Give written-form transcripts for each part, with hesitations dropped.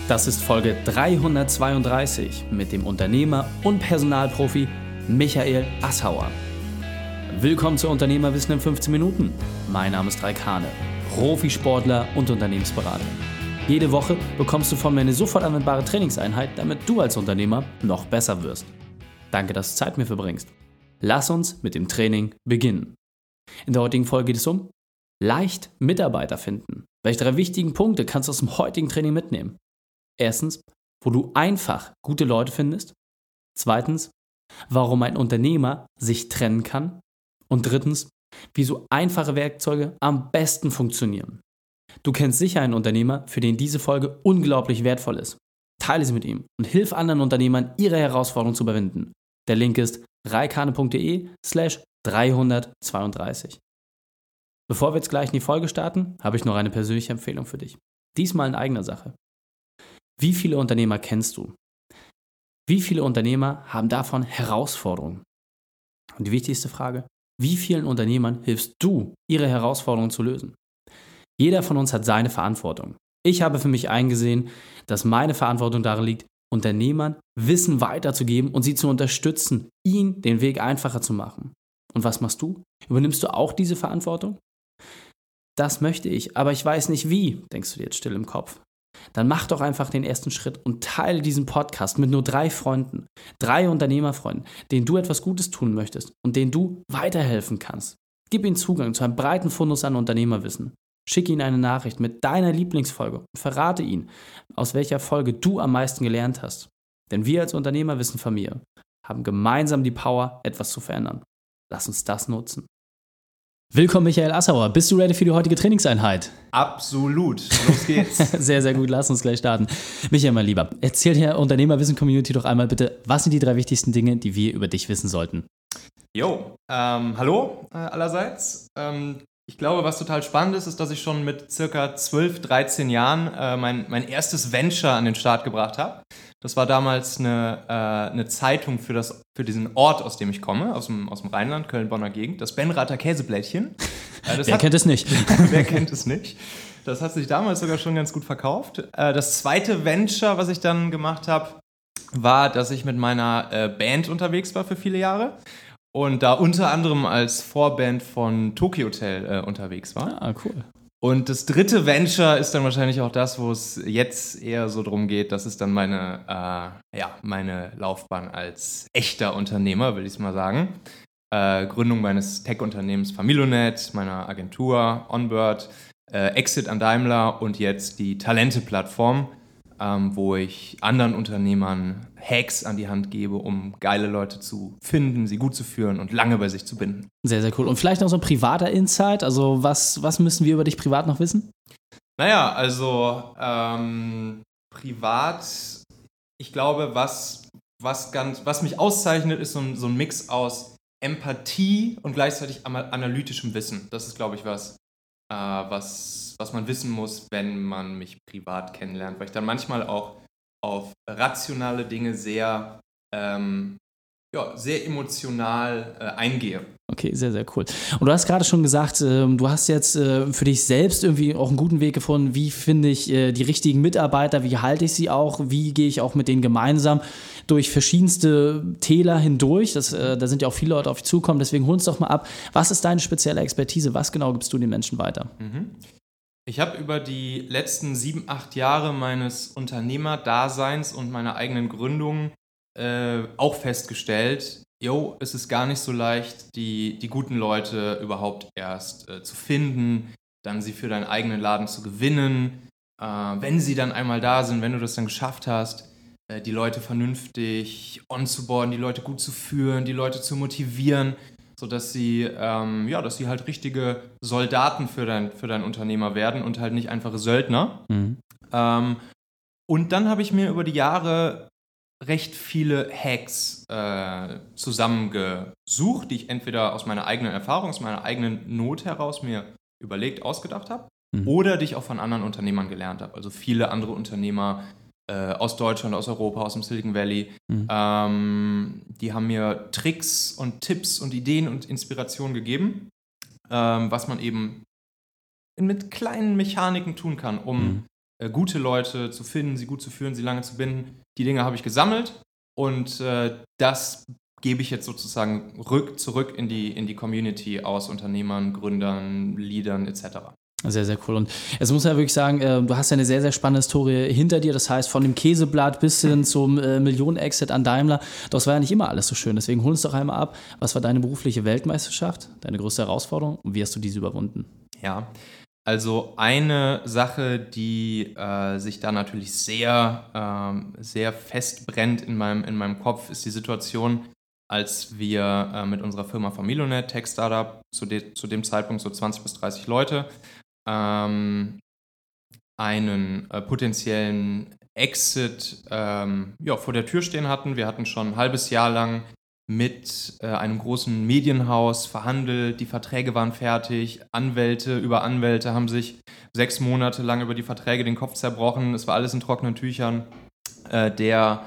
Das ist Folge 332 mit dem Unternehmer und Personalprofi Michael Assauer. Willkommen zu Unternehmerwissen in 15 Minuten. Mein Name ist Raik Hane, Profisportler und Unternehmensberater. Jede Woche bekommst du von mir eine sofort anwendbare Trainingseinheit, damit du als Unternehmer noch besser wirst. Danke, dass du Zeit mit mir verbringst. Lass uns mit dem Training beginnen. In der heutigen Folge geht es um leicht Mitarbeiter finden. Welche 3 wichtigen Punkte kannst du aus dem heutigen Training mitnehmen? Erstens, wo du einfach gute Leute findest. Zweitens, warum ein Unternehmer sich trennen kann. Und drittens, wieso einfache Werkzeuge am besten funktionieren. Du kennst sicher einen Unternehmer, für den diese Folge unglaublich wertvoll ist. Teile sie mit ihm und hilf anderen Unternehmern, ihre Herausforderungen zu überwinden. Der Link ist raikane.de/332. Bevor wir jetzt gleich in die Folge starten, habe ich noch eine persönliche Empfehlung für dich. Diesmal in eigener Sache. Wie viele Unternehmer kennst du? Wie viele Unternehmer haben davon Herausforderungen? Und die wichtigste Frage, wie vielen Unternehmern hilfst du, ihre Herausforderungen zu lösen? Jeder von uns hat seine Verantwortung. Ich habe für mich eingesehen, dass meine Verantwortung darin liegt, Unternehmern Wissen weiterzugeben und sie zu unterstützen, ihnen den Weg einfacher zu machen. Und was machst du? Übernimmst du auch diese Verantwortung? Das möchte ich, aber ich weiß nicht wie, denkst du dir jetzt still im Kopf. Dann mach doch einfach den ersten Schritt und teile diesen Podcast mit nur 3 Freunden, 3 Unternehmerfreunden, denen du etwas Gutes tun möchtest und denen du weiterhelfen kannst. Gib ihnen Zugang zu einem breiten Fundus an Unternehmerwissen. Schick ihnen eine Nachricht mit deiner Lieblingsfolge und verrate ihnen, aus welcher Folge du am meisten gelernt hast. Denn wir als Unternehmerwissen-Familie haben gemeinsam die Power, etwas zu verändern. Lass uns das nutzen. Willkommen, Michael Assauer. Bist du ready für die heutige Trainingseinheit? Absolut. Los geht's. Sehr, sehr gut. Lass uns gleich starten. Michael, mein Lieber, erzähl der Unternehmerwissen-Community doch einmal bitte, was sind die 3 wichtigsten Dinge, die wir über dich wissen sollten? Hallo allerseits. Ich glaube, was total spannend ist, dass ich schon mit circa 12, 13 Jahren mein erstes Venture an den Start gebracht habe. Das war damals eine Zeitung für diesen Ort, aus dem ich komme, aus dem Rheinland, Köln-Bonner Gegend, das Benrather Käseblättchen. Wer kennt es nicht? Wer kennt es nicht? Das hat sich damals sogar schon ganz gut verkauft. Das zweite Venture, was ich dann gemacht habe, war, dass ich mit meiner Band unterwegs war für viele Jahre. Und da unter anderem als Vorband von Tokyo Hotel unterwegs war. Ah, cool. Und das dritte Venture ist dann wahrscheinlich auch das, wo es jetzt eher so drum geht. Das ist dann meine Laufbahn als echter Unternehmer, will ich es mal sagen. Gründung meines Tech-Unternehmens Familonet, meiner Agentur Onbird, Exit an Daimler und jetzt die Talente-Plattform, wo ich anderen Unternehmern Hacks an die Hand gebe, um geile Leute zu finden, sie gut zu führen und lange bei sich zu binden. Sehr, sehr cool. Und vielleicht noch so ein privater Insight, also was müssen wir über dich privat noch wissen? Naja, also privat, ich glaube, was mich auszeichnet, ist so ein Mix aus Empathie und gleichzeitig analytischem Wissen. Das ist, glaube ich, was man wissen muss, wenn man mich privat kennenlernt, weil ich dann manchmal auch auf rationale Dinge sehr emotional eingehe. Okay, sehr, sehr cool. Und du hast gerade schon gesagt, du hast jetzt für dich selbst irgendwie auch einen guten Weg gefunden, wie finde ich die richtigen Mitarbeiter, wie halte ich sie auch, wie gehe ich auch mit denen gemeinsam durch verschiedenste Täler hindurch. Da sind ja auch viele Leute auf dich zukommen, deswegen hol uns doch mal ab. Was ist deine spezielle Expertise? Was genau gibst du den Menschen weiter? Ich habe über die letzten 7, 8 Jahre meines Unternehmerdaseins und meiner eigenen Gründung auch festgestellt, es ist gar nicht so leicht, die guten Leute überhaupt erst zu finden, dann sie für deinen eigenen Laden zu gewinnen. Wenn sie dann einmal da sind, wenn du das dann geschafft hast, die Leute vernünftig onzuboarden, die Leute gut zu führen, die Leute zu motivieren, sodass sie halt richtige Soldaten für dein Unternehmer werden und halt nicht einfache Söldner. Und dann habe ich mir über die Jahre recht viele Hacks zusammengesucht, die ich entweder aus meiner eigenen Erfahrung, aus meiner eigenen Not heraus mir überlegt, ausgedacht habe, oder die ich auch von anderen Unternehmern gelernt habe. Also viele andere Unternehmer aus Deutschland, aus Europa, aus dem Silicon Valley, die haben mir Tricks und Tipps und Ideen und Inspirationen gegeben, was man eben mit kleinen Mechaniken tun kann, um gute Leute zu finden, sie gut zu führen, sie lange zu binden. Die Dinge habe ich gesammelt und das gebe ich jetzt sozusagen zurück in die Community aus Unternehmern, Gründern, Leadern etc. Sehr, sehr cool. Und jetzt muss man ja wirklich sagen, du hast ja eine sehr, sehr spannende Historie hinter dir. Das heißt, von dem Käseblatt bis hin zum Millionen-Exit an Daimler. Das war ja nicht immer alles so schön. Deswegen hol uns doch einmal ab. Was war deine berufliche Weltmeisterschaft, deine größte Herausforderung und wie hast du diese überwunden? Ja, also eine Sache, die sich da natürlich sehr festbrennt in meinem Kopf, ist die Situation, als wir mit unserer Firma Familonet, Tech-Startup, zu dem Zeitpunkt so 20 bis 30 Leute, einen potenziellen Exit vor der Tür stehen hatten. Wir hatten schon ein halbes Jahr lang mit einem großen Medienhaus verhandelt, die Verträge waren fertig, Anwälte über Anwälte haben sich 6 Monate lang über die Verträge den Kopf zerbrochen, es war alles in trockenen Tüchern. Der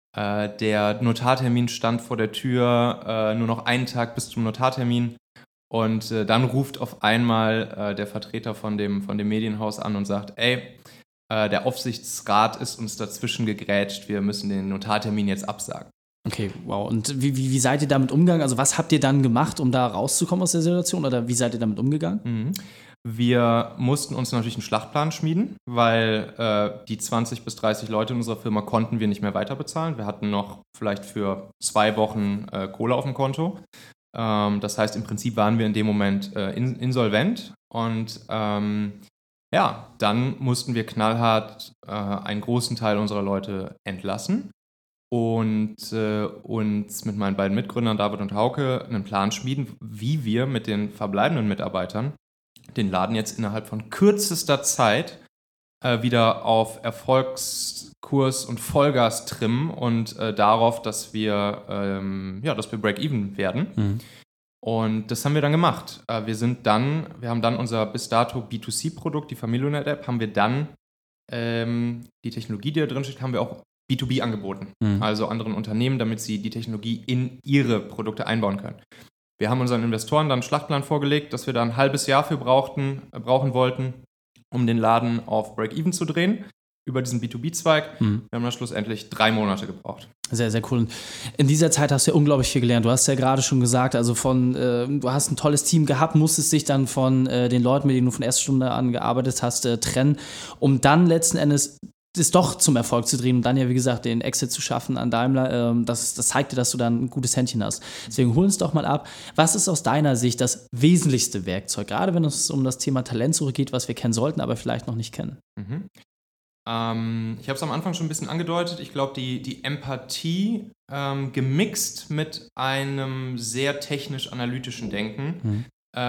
Notartermin stand vor der Tür, nur noch einen Tag bis zum Notartermin. Und dann ruft auf einmal der Vertreter von dem Medienhaus an und sagt, der Aufsichtsrat ist uns dazwischen gegrätscht, wir müssen den Notartermin jetzt absagen. Okay, wow. Und wie seid ihr damit umgegangen? Also was habt ihr dann gemacht, um da rauszukommen aus der Situation? Oder wie seid ihr damit umgegangen? Wir mussten uns natürlich einen Schlachtplan schmieden, weil die 20 bis 30 Leute in unserer Firma konnten wir nicht mehr weiter bezahlen. Wir hatten noch vielleicht für 2 Wochen Kohle auf dem Konto. Das heißt, im Prinzip waren wir in dem Moment insolvent und dann mussten wir knallhart einen großen Teil unserer Leute entlassen und uns mit meinen beiden Mitgründern David und Hauke einen Plan schmieden, wie wir mit den verbleibenden Mitarbeitern den Laden jetzt innerhalb von kürzester Zeit wieder auf Erfolgskurs und Vollgas trimmen und darauf, dass wir Break-Even werden. Und das haben wir dann gemacht. Wir haben dann unser bis dato B2C-Produkt, die Familonet-App, haben wir dann die Technologie, die da drin steht, haben wir auch B2B angeboten. Also anderen Unternehmen, damit sie die Technologie in ihre Produkte einbauen können. Wir haben unseren Investoren dann einen Schlachtplan vorgelegt, dass wir da ein halbes Jahr für brauchen wollten, um den Laden auf Break-Even zu drehen, über diesen B2B-Zweig. Wir haben dann schlussendlich 3 Monate gebraucht. Sehr, sehr cool. Und in dieser Zeit hast du ja unglaublich viel gelernt. Du hast ja gerade schon gesagt, also du hast ein tolles Team gehabt, musstest dich dann von den Leuten, mit denen du von erster Stunde an gearbeitet hast, trennen, um dann letzten Endes das doch zum Erfolg zu drehen und dann ja, wie gesagt, den Exit zu schaffen an Daimler, das zeigt dir, dass du dann ein gutes Händchen hast. Deswegen hol uns doch mal ab, was ist aus deiner Sicht das wesentlichste Werkzeug, gerade wenn es um das Thema Talent zurückgeht, was wir kennen sollten, aber vielleicht noch nicht kennen? Ich habe es am Anfang schon ein bisschen angedeutet. Ich glaube, die Empathie gemixt mit einem sehr technisch-analytischen Denken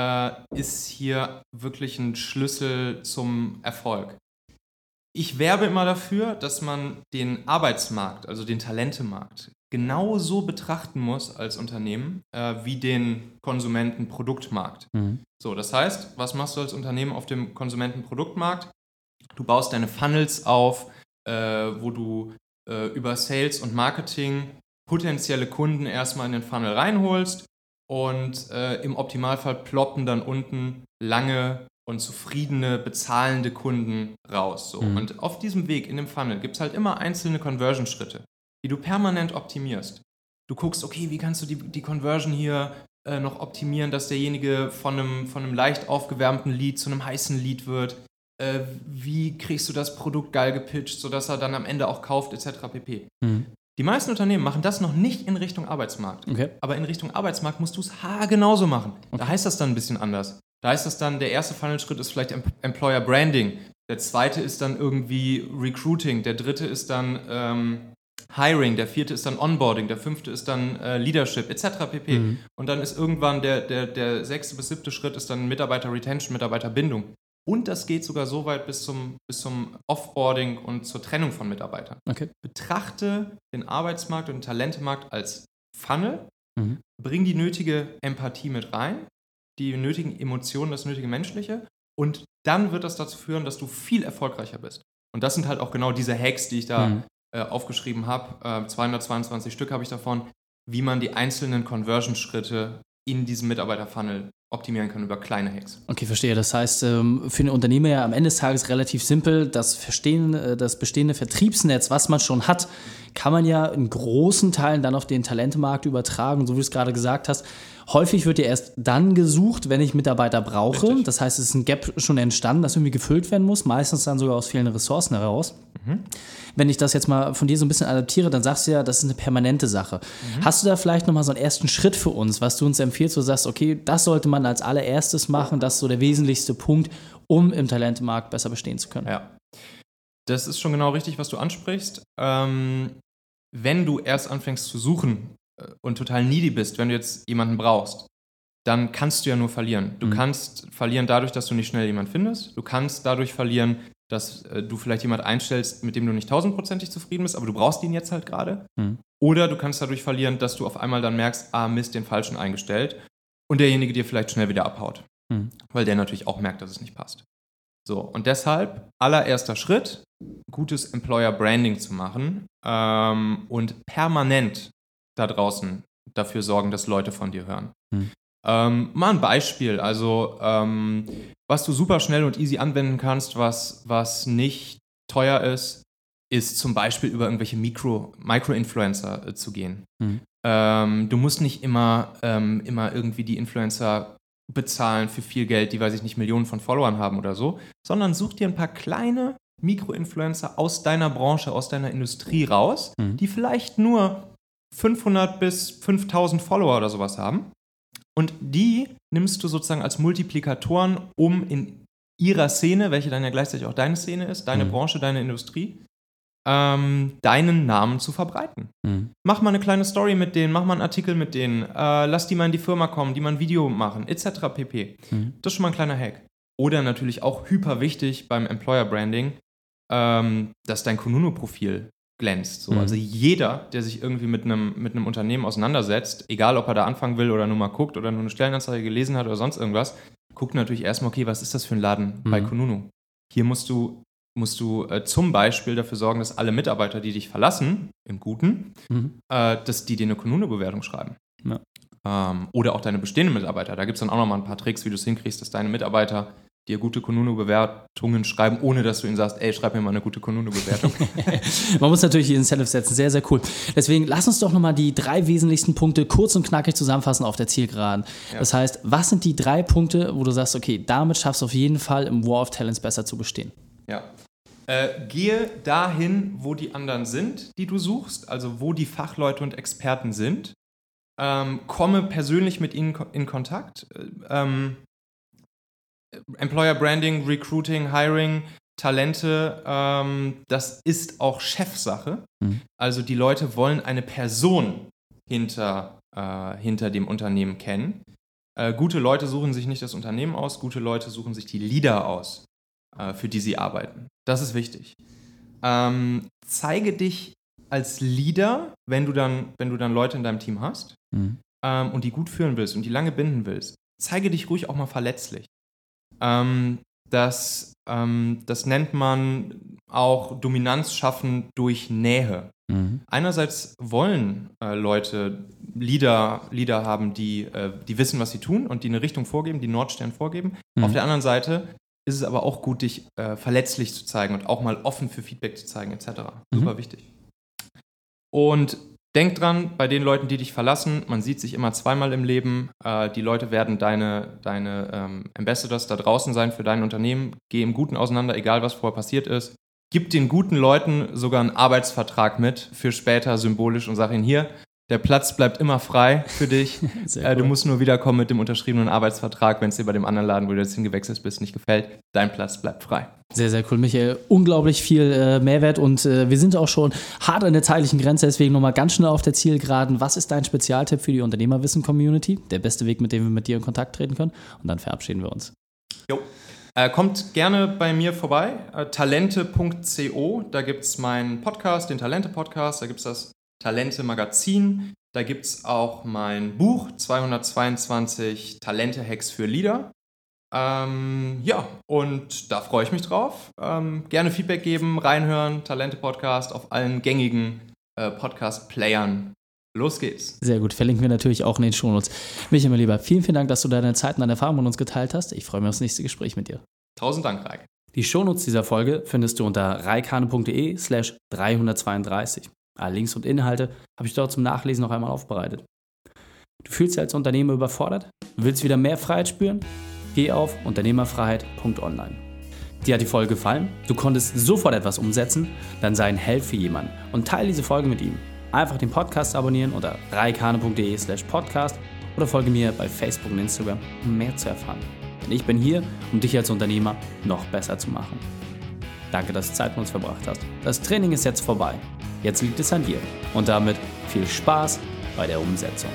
ist hier wirklich ein Schlüssel zum Erfolg. Ich werbe immer dafür, dass man den Arbeitsmarkt, also den Talentemarkt, genauso betrachten muss als Unternehmen wie den Konsumentenproduktmarkt. So, das heißt, was machst du als Unternehmen auf dem Konsumentenproduktmarkt? Du baust deine Funnels auf, wo du über Sales und Marketing potenzielle Kunden erstmal in den Funnel reinholst und im Optimalfall ploppen dann unten lange und zufriedene, bezahlende Kunden raus. So. Und auf diesem Weg in dem Funnel gibt es halt immer einzelne Conversion-Schritte, die du permanent optimierst. Du guckst, okay, wie kannst du die Conversion hier noch optimieren, dass derjenige von einem leicht aufgewärmten Lead zu einem heißen Lead wird. Wie kriegst du das Produkt geil gepitcht, sodass er dann am Ende auch kauft, etc. pp. Die meisten Unternehmen machen das noch nicht in Richtung Arbeitsmarkt. Okay. Aber in Richtung Arbeitsmarkt musst du es genauso machen. Okay. Da heißt das dann ein bisschen anders. Da heißt das dann, der erste Funnel-Schritt ist vielleicht Employer Branding. Der zweite ist dann irgendwie Recruiting. Der dritte ist dann Hiring. Der vierte ist dann Onboarding. Der fünfte ist dann Leadership, etc. pp. Und dann ist irgendwann der 6. bis 7. Schritt ist dann Mitarbeiter-Retention, Mitarbeiterbindung. Und das geht sogar so weit bis zum Offboarding und zur Trennung von Mitarbeitern. Okay. Betrachte den Arbeitsmarkt und den Talentemarkt als Funnel, bring die nötige Empathie mit rein, die nötigen Emotionen, das nötige Menschliche und dann wird das dazu führen, dass du viel erfolgreicher bist. Und das sind halt auch genau diese Hacks, die ich da aufgeschrieben habe. 222 Stück habe ich davon, wie man die einzelnen Conversion-Schritte in diesem Mitarbeiter-Funnel optimieren kann über kleine Hacks. Okay, verstehe. Das heißt, für den Unternehmer ja am Ende des Tages relativ simpel, das bestehende Vertriebsnetz, was man schon hat, kann man ja in großen Teilen dann auf den Talentemarkt übertragen. So wie du es gerade gesagt hast, häufig wird ja erst dann gesucht, wenn ich Mitarbeiter brauche. Richtig. Das heißt, es ist ein Gap schon entstanden, das irgendwie gefüllt werden muss, meistens dann sogar aus fehlenden Ressourcen heraus. Wenn ich das jetzt mal von dir so ein bisschen adaptiere, dann sagst du ja, das ist eine permanente Sache. Hast du da vielleicht nochmal so einen ersten Schritt für uns, was du uns empfiehlst, wo du sagst, okay, das sollte man als allererstes machen, das ist so der wesentlichste Punkt, um im Talentemarkt besser bestehen zu können? Ja, das ist schon genau richtig, was du ansprichst. Wenn du erst anfängst zu suchen und total needy bist, wenn du jetzt jemanden brauchst, dann kannst du ja nur verlieren. Du kannst verlieren dadurch, dass du nicht schnell jemanden findest. Du kannst dadurch verlieren, dass du vielleicht jemanden einstellst, mit dem du nicht 1000%ig zufrieden bist, aber du brauchst ihn jetzt halt gerade. Oder du kannst dadurch verlieren, dass du auf einmal dann merkst, Mist, den Falschen eingestellt und derjenige dir vielleicht schnell wieder abhaut. Weil der natürlich auch merkt, dass es nicht passt. So, und deshalb, allererster Schritt, gutes Employer Branding zu machen und permanent da draußen dafür sorgen, dass Leute von dir hören. Mal ein Beispiel, also was du super schnell und easy anwenden kannst, was nicht teuer ist zum Beispiel über irgendwelche Micro-Influencer zu gehen. Du musst nicht immer irgendwie die Influencer bezahlen für viel Geld, die, weiß ich nicht, Millionen von Followern haben oder so, sondern such dir ein paar kleine Mikro-Influencer aus deiner Branche, aus deiner Industrie raus, die vielleicht nur 500 bis 5000 Follower oder sowas haben. Und die nimmst du sozusagen als Multiplikatoren, um in ihrer Szene, welche dann ja gleichzeitig auch deine Szene ist, deine Branche, deine Industrie, deinen Namen zu verbreiten. Mach mal eine kleine Story mit denen, mach mal einen Artikel mit denen, lass die mal in die Firma kommen, die mal ein Video machen, etc. pp. Das ist schon mal ein kleiner Hack. Oder natürlich auch hyper wichtig beim Employer Branding, dass dein Kununu-Profil glänzt. So. Also jeder, der sich irgendwie mit einem Unternehmen auseinandersetzt, egal ob er da anfangen will oder nur mal guckt oder nur eine Stellenanzeige gelesen hat oder sonst irgendwas, guckt natürlich erstmal, okay, was ist das für ein Laden bei Kununu? Hier musst du zum Beispiel dafür sorgen, dass alle Mitarbeiter, die dich verlassen, im Guten, dass die dir eine Kununu-Bewertung schreiben. Ja. Oder auch deine bestehenden Mitarbeiter. Da gibt es dann auch nochmal ein paar Tricks, wie du es hinkriegst, dass deine Mitarbeiter dir gute Kununu-Bewertungen schreiben, ohne dass du ihnen sagst, ey, schreib mir mal eine gute Kununu-Bewertung. Man muss natürlich die Incentives setzen, sehr, sehr cool. Deswegen lass uns doch nochmal die 3 wesentlichsten Punkte kurz und knackig zusammenfassen auf der Zielgeraden. Ja. Das heißt, was sind die 3 Punkte, wo du sagst, okay, damit schaffst du auf jeden Fall im War of Talents besser zu bestehen? Ja. Gehe dahin, wo die anderen sind, die du suchst, also wo die Fachleute und Experten sind. Komme persönlich mit ihnen in Kontakt. Employer Branding, Recruiting, Hiring, Talente, das ist auch Chefsache. Also die Leute wollen eine Person hinter dem Unternehmen kennen. Gute Leute suchen sich nicht das Unternehmen aus, gute Leute suchen sich die Leader aus, für die sie arbeiten. Das ist wichtig. Zeige dich als Leader, wenn du dann Leute in deinem Team hast und die gut führen willst und die lange binden willst. Zeige dich ruhig auch mal verletzlich. Das nennt man auch Dominanz schaffen durch Nähe. Einerseits wollen Leute Leader haben, die wissen, was sie tun und die eine Richtung vorgeben, die Nordstern vorgeben. Auf der anderen Seite ist es aber auch gut, dich verletzlich zu zeigen und auch mal offen für Feedback zu zeigen, etc. Super wichtig. Und denk dran, bei den Leuten, die dich verlassen, man sieht sich immer zweimal im Leben. Die Leute werden deine Ambassadors da draußen sein für dein Unternehmen. Geh im Guten auseinander, egal was vorher passiert ist. Gib den guten Leuten sogar einen Arbeitsvertrag mit für später symbolisch und sag ihnen hier, der Platz bleibt immer frei für dich. Cool. Du musst nur wiederkommen mit dem unterschriebenen Arbeitsvertrag, wenn es dir bei dem anderen Laden, wo du jetzt hingewechselt bist, nicht gefällt. Dein Platz bleibt frei. Sehr, sehr cool, Michael. Unglaublich viel Mehrwert und wir sind auch schon hart an der zeitlichen Grenze, deswegen nochmal ganz schnell auf der Zielgeraden. Was ist dein Spezialtipp für die Unternehmerwissen-Community? Der beste Weg, mit dem wir mit dir in Kontakt treten können? Und dann verabschieden wir uns. Jo. Kommt gerne bei mir vorbei, talente.co, da gibt es meinen Podcast, den Talente-Podcast, da gibt es das Talente-Magazin, da gibt es auch mein Buch, 222 Talente-Hacks für Leader. Ja, und da freue ich mich drauf. Gerne Feedback geben, reinhören, Talente-Podcast auf allen gängigen Podcast-Playern Los geht's. Sehr gut, verlinken wir natürlich auch in den Shownotes. Michael, mein Lieber, vielen, vielen Dank, dass du deine Zeit und deine Erfahrungen mit uns geteilt hast. Ich freue mich aufs nächste Gespräch mit dir. 1000 Dank, Raik. Die Shownotes dieser Folge findest du unter reikhane.de/332. Alle Links und Inhalte habe ich dort zum Nachlesen noch einmal aufbereitet. Du fühlst dich als Unternehmer überfordert? Willst wieder mehr Freiheit spüren? Geh auf unternehmerfreiheit.online. Dir hat die Folge gefallen? Du konntest sofort etwas umsetzen? Dann sei ein Held für jemanden und teile diese Folge mit ihm. Einfach den Podcast abonnieren unter reikhane.de/podcast oder folge mir bei Facebook und Instagram, um mehr zu erfahren. Denn ich bin hier, um dich als Unternehmer noch besser zu machen. Danke, dass du Zeit mit uns verbracht hast. Das Training ist jetzt vorbei. Jetzt liegt es an dir. Und damit viel Spaß bei der Umsetzung.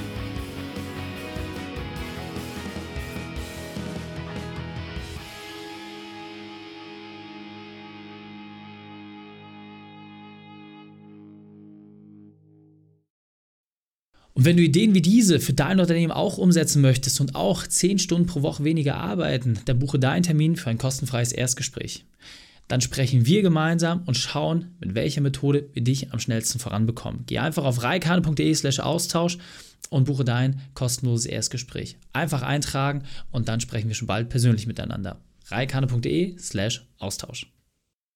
Und wenn du Ideen wie diese für dein Unternehmen auch umsetzen möchtest und auch 10 Stunden pro Woche weniger arbeiten, dann buche deinen Termin für ein kostenfreies Erstgespräch. Dann sprechen wir gemeinsam und schauen, mit welcher Methode wir dich am schnellsten voranbekommen. Geh einfach auf reikhane.de/Austausch und buche dein kostenloses Erstgespräch. Einfach eintragen und dann sprechen wir schon bald persönlich miteinander. reikhane.de/Austausch.